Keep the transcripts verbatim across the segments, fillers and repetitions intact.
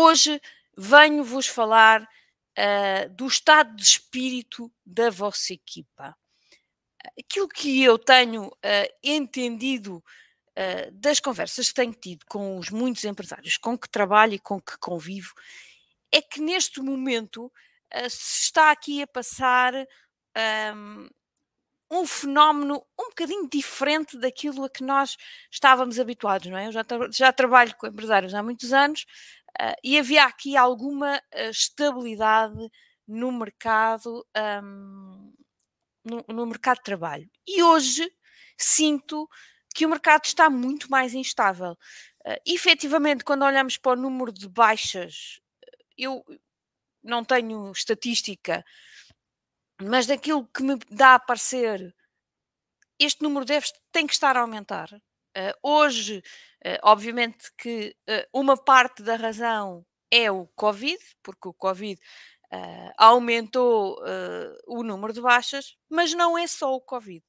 hoje venho-vos falar uh, do estado de espírito da vossa equipa. Aquilo que eu tenho uh, entendido uh, das conversas que tenho tido com os muitos empresários com que trabalho e com que convivo, é que neste momento uh, se está aqui a passar um, um fenómeno um bocadinho diferente daquilo a que nós estávamos habituados, não é? Eu já, tra já trabalho com empresários há muitos anos uh, e havia aqui alguma uh, estabilidade no mercado, um, no, no mercado de trabalho. E hoje sinto que o mercado está muito mais instável. Uh, efetivamente, quando olhamos para o número de baixas, eu não tenho estatística, mas daquilo que me dá a parecer, este número deve, tem que estar a aumentar. Uh, hoje, uh, obviamente que uh, uma parte da razão é o Covid, porque o Covid uh, aumentou uh, o número de baixas, mas não é só o Covid.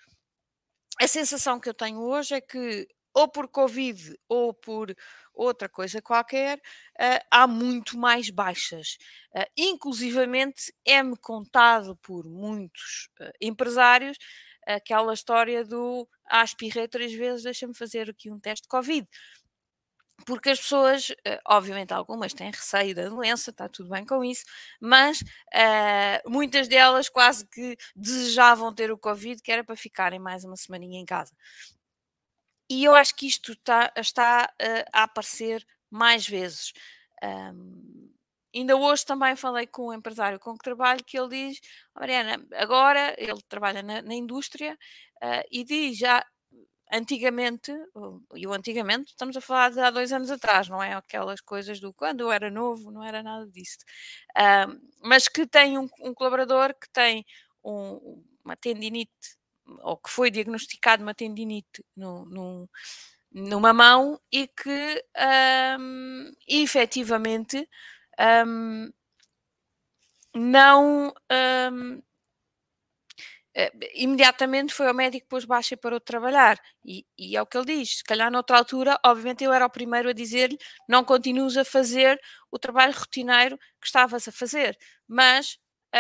A sensação que eu tenho hoje é que, ou por Covid ou por outra coisa qualquer, uh, há muito mais baixas. Uh, inclusivamente, é-me contado por muitos uh, empresários aquela história do ah, espirrei três vezes, deixa-me fazer aqui um teste de Covid. Porque as pessoas, uh, obviamente algumas têm receio da doença, está tudo bem com isso, mas uh, muitas delas quase que desejavam ter o Covid, que era para ficarem mais uma semaninha em casa. E eu acho que isto está, está uh, a aparecer mais vezes. Um, ainda hoje também falei com um empresário com que trabalho, que ele diz, Mariana, agora ele trabalha na, na indústria uh, e diz já, antigamente, e o antigamente estamos a falar de há dois anos atrás, não é aquelas coisas do quando eu era novo, não era nada disso, uh, mas que tem um, um colaborador que tem um, uma tendinite, ou que foi diagnosticado uma tendinite no, no, numa mão e que um, efetivamente um, não um, Uh, imediatamente foi ao médico, pôs baixa e parou de trabalhar. E, e é o que ele diz. Se calhar noutra altura, obviamente eu era o primeiro a dizer-lhe não continues a fazer o trabalho rotineiro que estavas a fazer. Mas,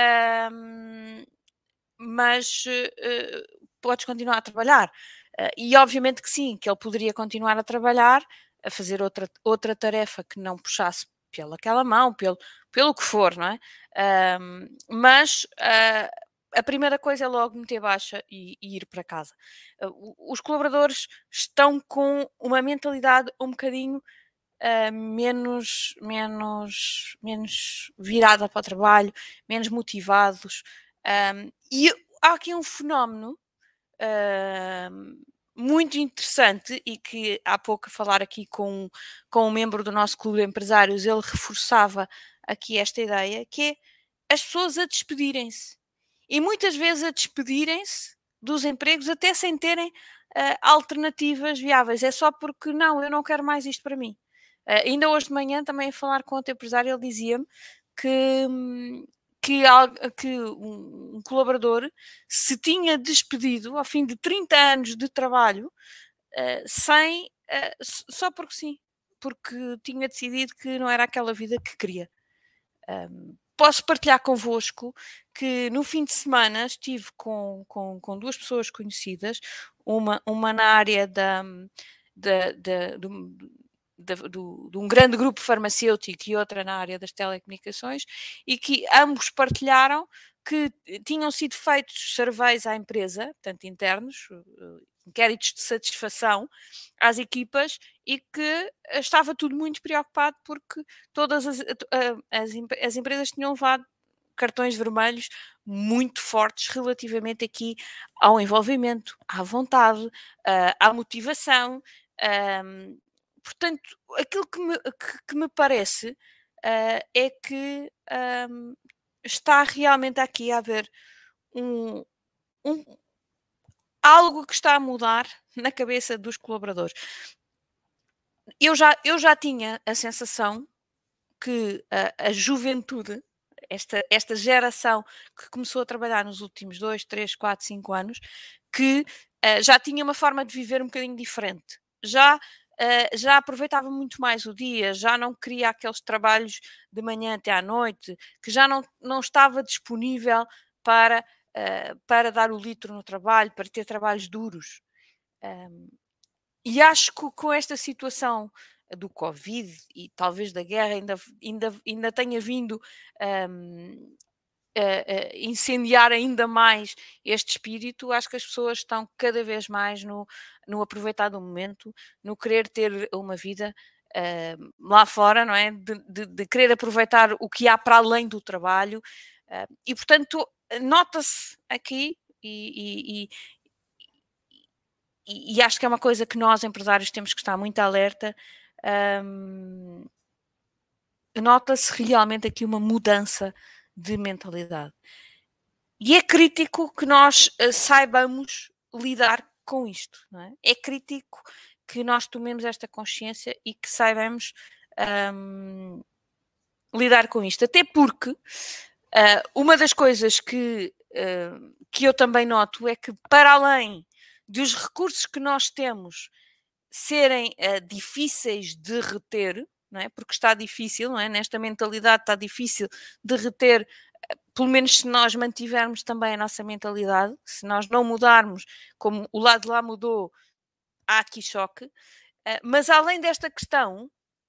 uh, mas uh, podes continuar a trabalhar. Uh, e obviamente que sim, que ele poderia continuar a trabalhar, a fazer outra, outra tarefa que não puxasse pelaquela mão, pelo, pelo que for, não é? Uh, mas... Uh, a primeira coisa é logo meter baixa e, e ir para casa. Uh, os colaboradores estão com uma mentalidade um bocadinho uh, menos, menos, menos virada para o trabalho, menos motivados. Um, e há aqui um fenómeno uh, muito interessante e que há pouco a falar aqui com, com um membro do nosso clube de empresários, ele reforçava aqui esta ideia, que é as pessoas a despedirem-se. E muitas vezes a despedirem-se dos empregos até sem terem uh, alternativas viáveis. É só porque, não, eu não quero mais isto para mim. Uh, ainda hoje de manhã, também a falar com outro empresário, ele dizia-me que, que, que um, um colaborador se tinha despedido ao fim de trinta anos de trabalho uh, sem, uh, só porque sim. Porque tinha decidido que não era aquela vida que queria. Um, posso partilhar convosco que no fim de semana estive com, com, com duas pessoas conhecidas, uma, uma na área da, da, da, do, da, do, de um grande grupo farmacêutico e outra na área das telecomunicações, e que ambos partilharam que tinham sido feitos surveys à empresa, portanto internos, inquéritos de satisfação às equipas, e que estava tudo muito preocupado porque todas as, as, as empresas tinham levado cartões vermelhos muito fortes relativamente aqui ao envolvimento, à vontade, à motivação. Portanto, aquilo que me, que, que me parece é que está realmente aqui a haver um, um algo que está a mudar na cabeça dos colaboradores. Eu já, eu já tinha a sensação que a, a juventude, esta, esta geração que começou a trabalhar nos últimos dois, três, quatro, cinco anos, que uh, já tinha uma forma de viver um bocadinho diferente. Já uh, já aproveitava muito mais o dia, já não queria aqueles trabalhos de manhã até à noite, que já não, não estava disponível para, uh, para dar o litro no trabalho, para ter trabalhos duros. Um, e acho que com esta situação do Covid e talvez da guerra ainda, ainda, ainda tenha vindo um, a, a incendiar ainda mais este espírito, acho que as pessoas estão cada vez mais no, no aproveitar do momento, no querer ter uma vida uh, lá fora, não é? De, de, de querer aproveitar o que há para além do trabalho. Uh, e, portanto, nota-se aqui e, e, e, e acho que é uma coisa que nós, empresários, temos que estar muito alerta. Um, nota-se realmente aqui uma mudança de mentalidade. E é crítico que nós uh, saibamos lidar com isto, não é? É crítico que nós tomemos esta consciência e que saibamos um, lidar com isto. Até porque uh, uma das coisas que, uh, que eu também noto é que, para além dos recursos que nós temos serem uh, difíceis de reter, não é? Porque está difícil, não é? Nesta mentalidade está difícil de reter, uh, pelo menos se nós mantivermos também a nossa mentalidade, se nós não mudarmos, como o lado de lá mudou, há aqui choque. Uh, mas além desta questão,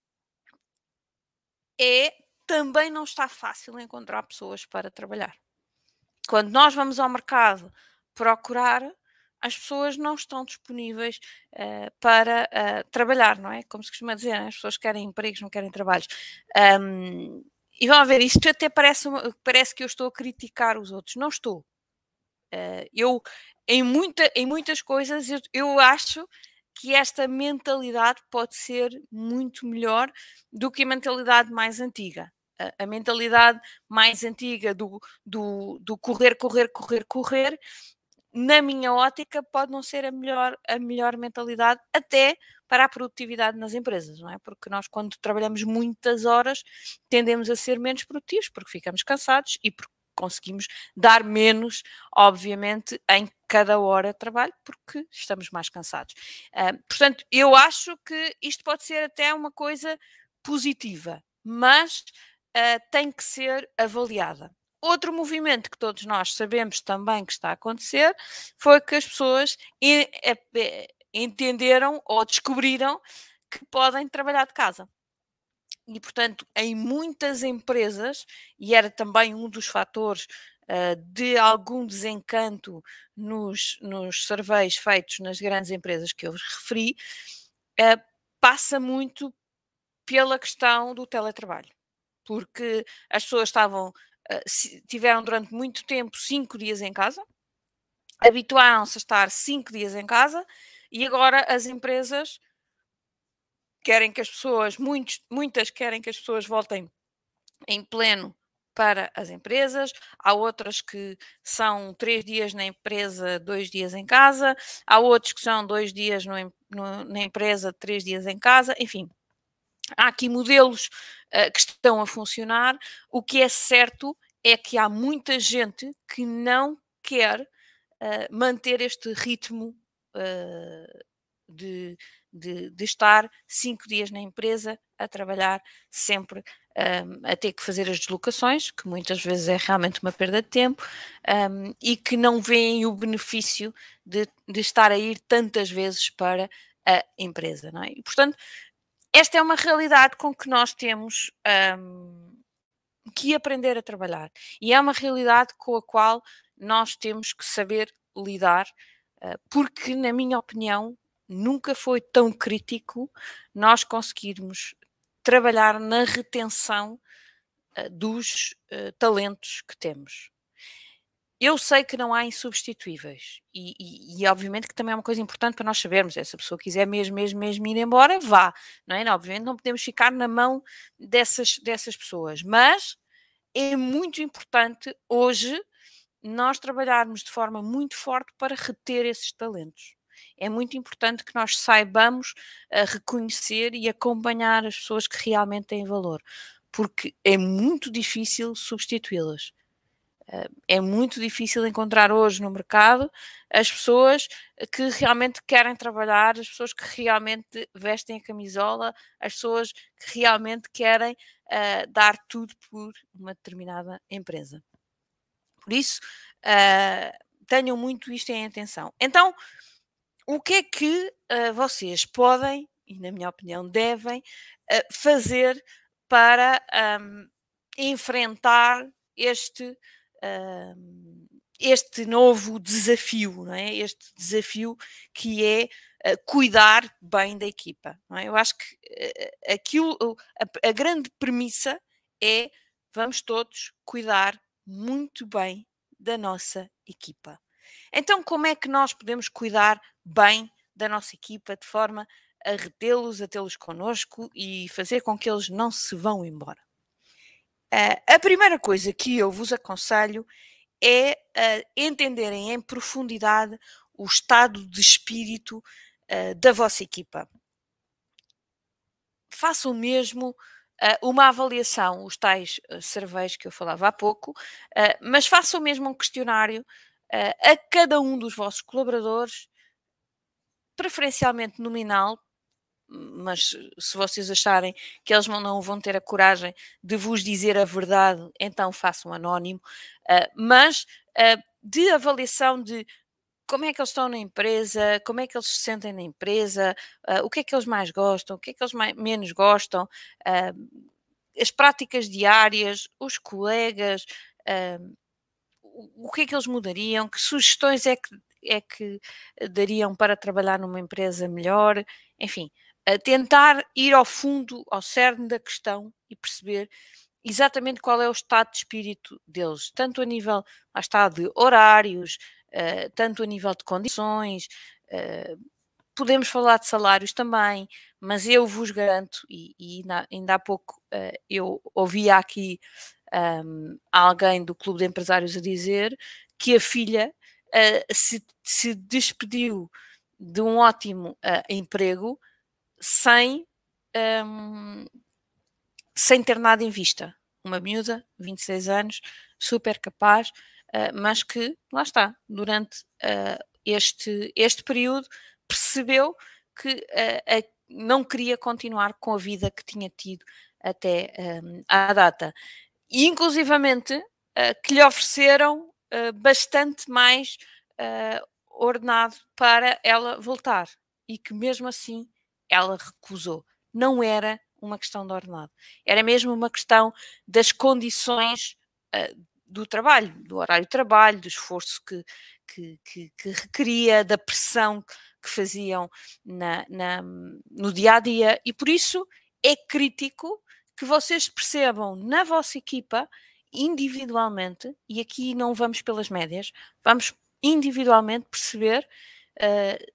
é também não está fácil encontrar pessoas para trabalhar. Quando nós vamos ao mercado procurar, as pessoas não estão disponíveis uh, para uh, trabalhar, não é? Como se costuma dizer, né? As pessoas querem empregos, não querem trabalhos. Um, e vão ver, isto até parece, parece que eu estou a criticar os outros. Não estou. Uh, eu, em, muita, em muitas coisas, eu, eu acho que esta mentalidade pode ser muito melhor do que a mentalidade mais antiga. A, a mentalidade mais antiga do, do, do correr, correr, correr, correr, na minha ótica, pode não ser a melhor, a melhor mentalidade até para a produtividade nas empresas, não é? Porque nós, quando trabalhamos muitas horas, tendemos a ser menos produtivos, porque ficamos cansados e porque conseguimos dar menos, obviamente, em cada hora de trabalho, porque estamos mais cansados. Uh, portanto, eu acho que isto pode ser até uma coisa positiva, mas uh, tem que ser avaliada. Outro movimento que todos nós sabemos também que está a acontecer foi que as pessoas entenderam ou descobriram que podem trabalhar de casa. E, portanto, em muitas empresas, e era também um dos fatores uh, de algum desencanto nos, nos surveys feitos nas grandes empresas que eu vos referi, uh, passa muito pela questão do teletrabalho. Porque as pessoas estavam, uh, tiveram durante muito tempo cinco dias em casa, habituaram-se a estar cinco dias em casa, e agora as empresas querem que as pessoas, muitos, muitas querem que as pessoas voltem em pleno para as empresas, há outras que são três dias na empresa, dois dias em casa, há outros que são dois dias no, no, na empresa, três dias em casa, enfim. Há aqui modelos uh, que estão a funcionar. O que é certo é que há muita gente que não quer uh, manter este ritmo uh, de, de, de estar cinco dias na empresa a trabalhar sempre, um, a ter que fazer as deslocações, que muitas vezes é realmente uma perda de tempo, um, e que não veem o benefício de, de estar a ir tantas vezes para a empresa, não é? E, portanto, esta é uma realidade com que nós temos um, que aprender a trabalhar. E é uma realidade com a qual nós temos que saber lidar, uh, porque, na minha opinião, nunca foi tão crítico nós conseguirmos trabalhar na retenção uh, dos uh, talentos que temos. Eu sei que não há insubstituíveis e, e, e obviamente que também é uma coisa importante para nós sabermos, é, se a pessoa quiser mesmo, mesmo, mesmo ir embora, vá, não é? Não, obviamente não podemos ficar na mão dessas, dessas pessoas, mas é muito importante hoje nós trabalharmos de forma muito forte para reter esses talentos. É muito importante que nós saibamos uh, reconhecer e acompanhar as pessoas que realmente têm valor, porque é muito difícil substituí-las. É muito difícil encontrar hoje no mercado as pessoas que realmente querem trabalhar, as pessoas que realmente vestem a camisola, as pessoas que realmente querem uh, dar tudo por uma determinada empresa. Por isso, uh, tenham muito isto em atenção. Então, o que é que uh, vocês podem, e na minha opinião devem, uh, fazer para um, enfrentar este, um, este novo desafio, não é? Este desafio que é uh, cuidar bem da equipa. Não é? Eu acho que uh, aquilo, a, a grande premissa é vamos todos cuidar muito bem da nossa equipa. Então, como é que nós podemos cuidar bem da nossa equipa de forma a retê-los, a tê-los connosco e fazer com que eles não se vão embora? Uh, a primeira coisa que eu vos aconselho é uh, entenderem em profundidade o estado de espírito uh, da vossa equipa. Façam mesmo uh, uma avaliação, os tais uh, surveys que eu falava há pouco, uh, mas façam mesmo um questionário uh, a cada um dos vossos colaboradores, preferencialmente nominal, mas se vocês acharem que eles não vão ter a coragem de vos dizer a verdade, então façam anónimo, uh, mas uh, de avaliação de como é que eles estão na empresa, como é que eles se sentem na empresa, uh, o que é que eles mais gostam, o que é que eles mais, menos gostam, uh, as práticas diárias, os colegas, uh, o, o que é que eles mudariam, que sugestões é que, é que dariam para trabalhar numa empresa melhor, enfim, a tentar ir ao fundo, ao cerne da questão e perceber exatamente qual é o estado de espírito deles, tanto a nível, lá está, de horários, uh, tanto a nível de condições, uh, podemos falar de salários também, mas eu vos garanto, e, e ainda, ainda há pouco uh, eu ouvia aqui um, alguém do Clube de Empresários a dizer que a filha uh, se, se despediu de um ótimo uh, emprego sem, um, sem ter nada em vista. Uma miúda, vinte e seis anos, super capaz, uh, mas que, lá está, durante uh, este, este período percebeu que uh, a, não queria continuar com a vida que tinha tido até um, à data. E, inclusivamente, uh, que lhe ofereceram uh, bastante mais uh, ordenado para ela voltar. E que, mesmo assim, ela recusou. Não era uma questão de ordenado. Era mesmo uma questão das condições uh, do trabalho, do horário de trabalho, do esforço que, que, que, que requeria, da pressão que faziam na, na, no dia-a-dia. E, por isso, é crítico que vocês percebam na vossa equipa, individualmente, e aqui não vamos pelas médias, vamos individualmente perceber uh,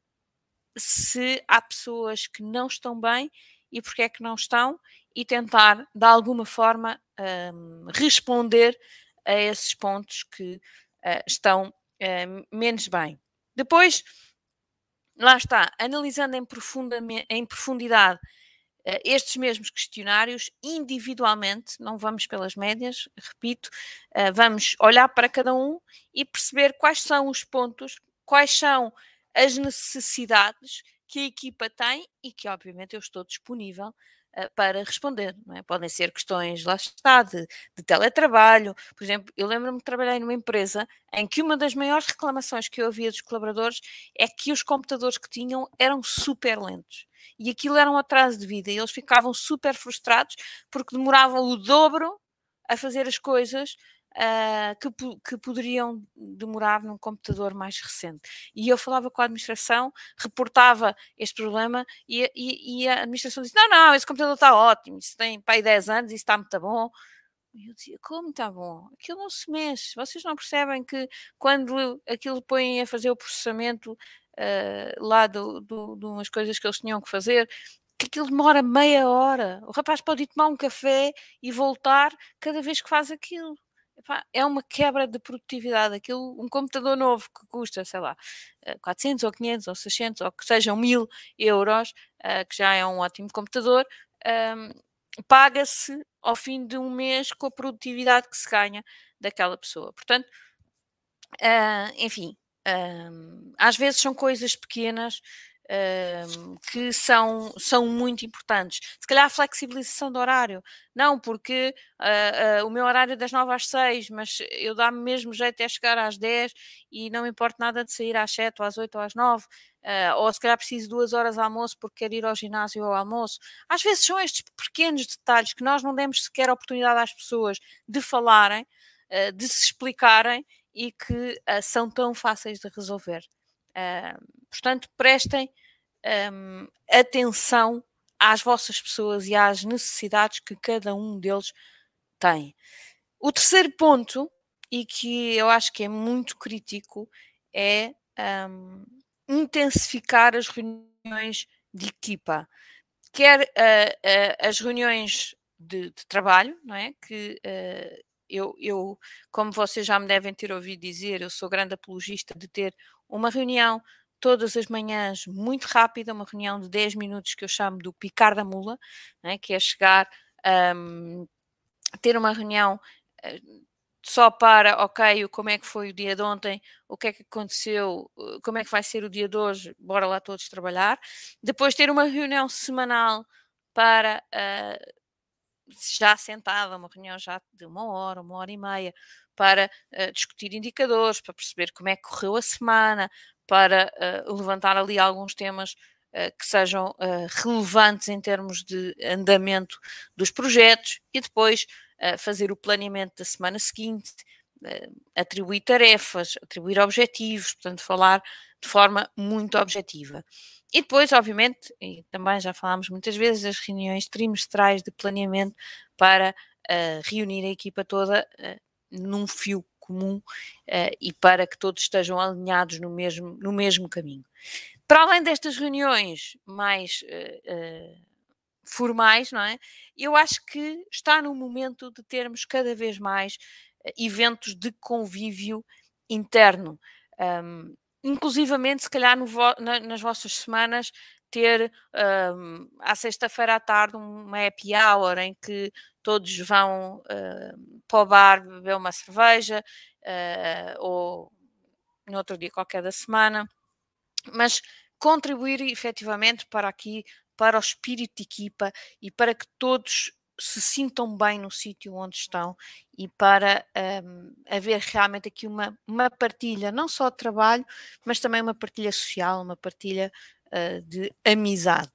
se há pessoas que não estão bem e porque é que não estão, e tentar, de alguma forma, um, responder a esses pontos que uh, estão uh, menos bem. Depois, lá está, analisando em, em profundidade Uh, estes mesmos questionários individualmente, não vamos pelas médias, repito, uh, vamos olhar para cada um e perceber quais são os pontos, quais são as necessidades que a equipa tem e que, obviamente, eu estou disponível uh, para responder. Não é? Podem ser questões, lá está, de, de teletrabalho. Por exemplo, eu lembro-me de trabalhar numa empresa em que uma das maiores reclamações que eu ouvia dos colaboradores é que os computadores que tinham eram super lentos. E aquilo era um atraso de vida e eles ficavam super frustrados porque demoravam o dobro a fazer as coisas uh, que, que poderiam demorar num computador mais recente. E eu falava com a administração, reportava este problema e, e, e a administração disse, não, não, esse computador está ótimo, isso tem para aí dez anos, isso está muito bom. E eu dizia, como está bom? Aquilo não se mexe. Vocês não percebem que quando aquilo põem a fazer o processamento uh, lá do, do, de umas coisas que eles tinham que fazer, que aquilo demora meia hora. O rapaz pode ir tomar um café e voltar cada vez que faz aquilo. Epá, é uma quebra de produtividade. Aquilo, um computador novo que custa, sei lá, quatrocentos ou quinhentos ou seiscentos ou que sejam mil euros, uh, que já é um ótimo computador, um, paga-se ao fim de um mês com a produtividade que se ganha daquela pessoa. Portanto, uh, enfim, um, às vezes são coisas pequenas um, que são, são muito importantes. Se calhar a flexibilização do horário. Não, porque uh, uh, o meu horário é das nove às seis, mas eu dá-me mesmo jeito é chegar às dez e não me importa nada de sair às sete ou às oito ou às nove. Uh, ou se calhar preciso de duas horas de almoço porque quero ir ao ginásio ou ao almoço. Às vezes são estes pequenos detalhes que nós não demos sequer a oportunidade às pessoas de falarem, uh, de se explicarem e que uh, são tão fáceis de resolver. Uh, portanto, prestem um, atenção às vossas pessoas e às necessidades que cada um deles tem. O terceiro ponto, e que eu acho que é muito crítico, é um, intensificar as reuniões de equipa. Quer uh, uh, as reuniões de, de trabalho, não é? Que uh, eu, eu, como vocês já me devem ter ouvido dizer, eu sou grande apologista de ter uma reunião todas as manhãs muito rápida, uma reunião de dez minutos que eu chamo do picar da mula, não é? Que é chegar um, ter uma reunião uh, só para, ok, como é que foi o dia de ontem, o que é que aconteceu, como é que vai ser o dia de hoje, bora lá todos trabalhar. Depois ter uma reunião semanal para, uh, já sentada, uma reunião já de uma hora, uma hora e meia, para uh, discutir indicadores, para perceber como é que correu a semana, para uh, levantar ali alguns temas uh, que sejam uh, relevantes em termos de andamento dos projetos e depois uh, fazer o planeamento da semana seguinte, uh, atribuir tarefas, atribuir objetivos, portanto falar de forma muito objetiva. E depois, obviamente, e também já falámos muitas vezes, as reuniões trimestrais de planeamento para uh, reunir a equipa toda uh, num fio comum uh, e para que todos estejam alinhados no mesmo, no mesmo caminho. Para além destas reuniões mais uh, uh, formais, não é? Eu acho que está no momento de termos cada vez mais uh, eventos de convívio interno. Um, inclusivamente, se calhar, no vo na, nas vossas semanas, ter um, à sexta-feira à tarde uma happy hour em que todos vão uh, para o bar beber uma cerveja uh, ou no outro dia qualquer da semana, mas contribuir efetivamente para aqui, para o espírito de equipa e para que todos se sintam bem no sítio onde estão e para um, haver realmente aqui uma, uma partilha, não só de trabalho, mas também uma partilha social, uma partilha uh, de amizade.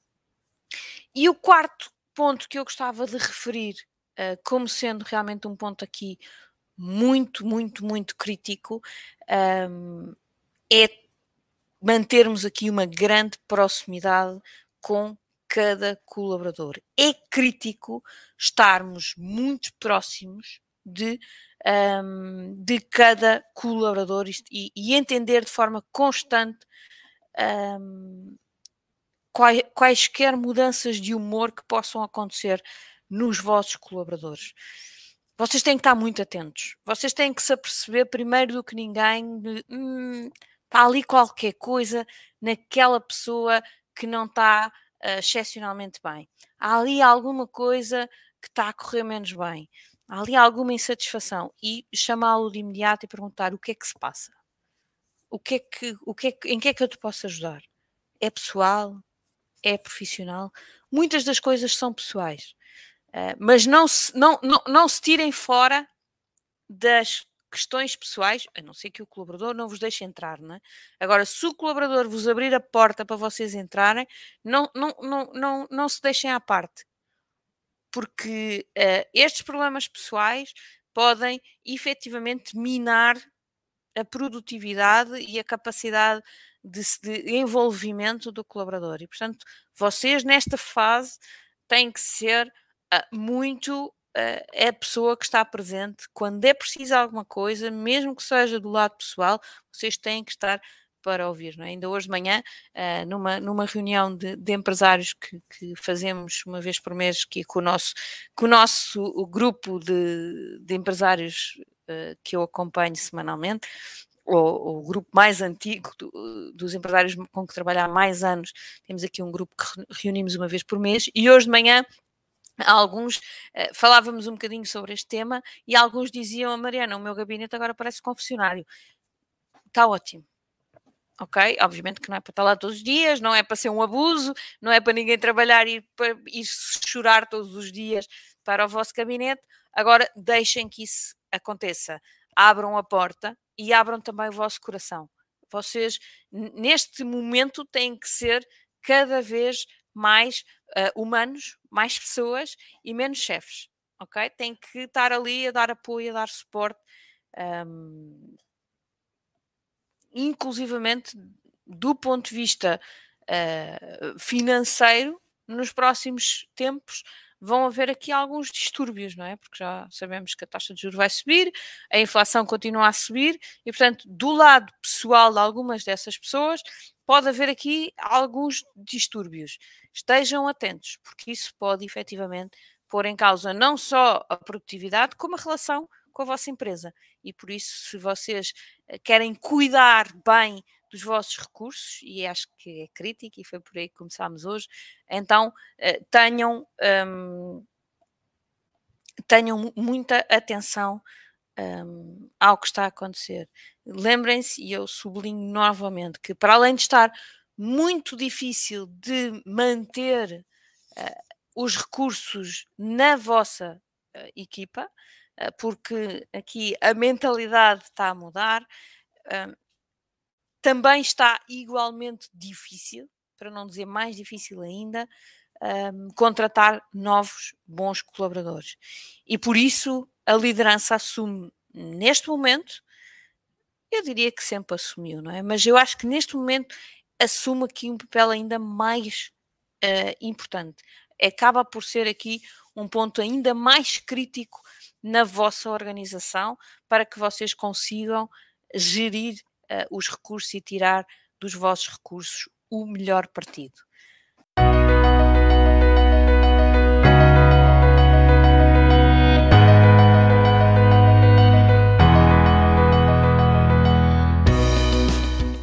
E o quarto ponto que eu gostava de referir uh, como sendo realmente um ponto aqui muito, muito, muito crítico um, é mantermos aqui uma grande proximidade com cada colaborador. É crítico estarmos muito próximos de, um, de cada colaborador e, e entender de forma constante um, quais, quaisquer mudanças de humor que possam acontecer nos vossos colaboradores. Vocês têm que estar muito atentos. Vocês têm que se aperceber primeiro do que ninguém de, hum, está ali qualquer coisa naquela pessoa que não está uh, excepcionalmente bem. Há ali alguma coisa que está a correr menos bem. Há ali alguma insatisfação. E chamá-lo de imediato e perguntar o que é que se passa. O que é que, o que é que, em que é que eu te posso ajudar? É pessoal? É profissional? Muitas das coisas são pessoais. Uh, mas não se, não, não, não se tirem fora das questões pessoais, a não ser que o colaborador não vos deixe entrar, não é? Agora, se o colaborador vos abrir a porta para vocês entrarem, não, não, não, não, não se deixem à parte. Porque uh, estes problemas pessoais podem efetivamente minar a produtividade e a capacidade de, de envolvimento do colaborador. E, portanto, vocês nesta fase têm que ser uh, muito uh, a pessoa que está presente. Quando é preciso alguma coisa, mesmo que seja do lado pessoal, vocês têm que estar para ouvir. Não é? Ainda hoje de manhã, uh, numa, numa reunião de, de empresários que, que fazemos uma vez por mês aqui com o nosso, com o nosso o grupo de, de empresários uh, que eu acompanho semanalmente, o, o grupo mais antigo do, dos empresários com que trabalho há mais anos, temos aqui um grupo que reunimos uma vez por mês, e hoje de manhã alguns, uh, falávamos um bocadinho sobre este tema e alguns diziam: Mariana, o meu gabinete agora parece confessionário. Está ótimo. Ok? Obviamente que não é para estar lá todos os dias, não é para ser um abuso, não é para ninguém trabalhar e, para, e chorar todos os dias para o vosso gabinete. Agora, deixem que isso aconteça. Abram a porta e abram também o vosso coração. Vocês, neste momento, têm que ser cada vez mais uh, humanos, mais pessoas e menos chefes. Ok? Têm que estar ali a dar apoio, a dar suporte. Um, inclusivamente do ponto de vista uh, financeiro, nos próximos tempos vão haver aqui alguns distúrbios, não é? Porque já sabemos que a taxa de juros vai subir, a inflação continua a subir e, portanto, do lado pessoal de algumas dessas pessoas, pode haver aqui alguns distúrbios. Estejam atentos, porque isso pode efetivamente pôr em causa não só a produtividade, como a relação com a vossa empresa. E por isso, se vocês querem cuidar bem dos vossos recursos, e acho que é crítico, e foi por aí que começámos hoje, então uh, tenham, um, tenham muita atenção um, ao que está a acontecer. Lembrem-se, e eu sublinho novamente, que para além de estar muito difícil de manter uh, os recursos na vossa uh, equipa, uh, porque aqui a mentalidade está a mudar, uh, também está igualmente difícil, para não dizer mais difícil ainda, um, contratar novos bons colaboradores. E por isso a liderança assume neste momento, eu diria que sempre assumiu, não é? Mas eu acho que neste momento assume aqui um papel ainda mais uh, importante. Acaba por ser aqui um ponto ainda mais crítico na vossa organização para que vocês consigam gerir uh, os recursos e tirar dos vossos recursos o melhor partido.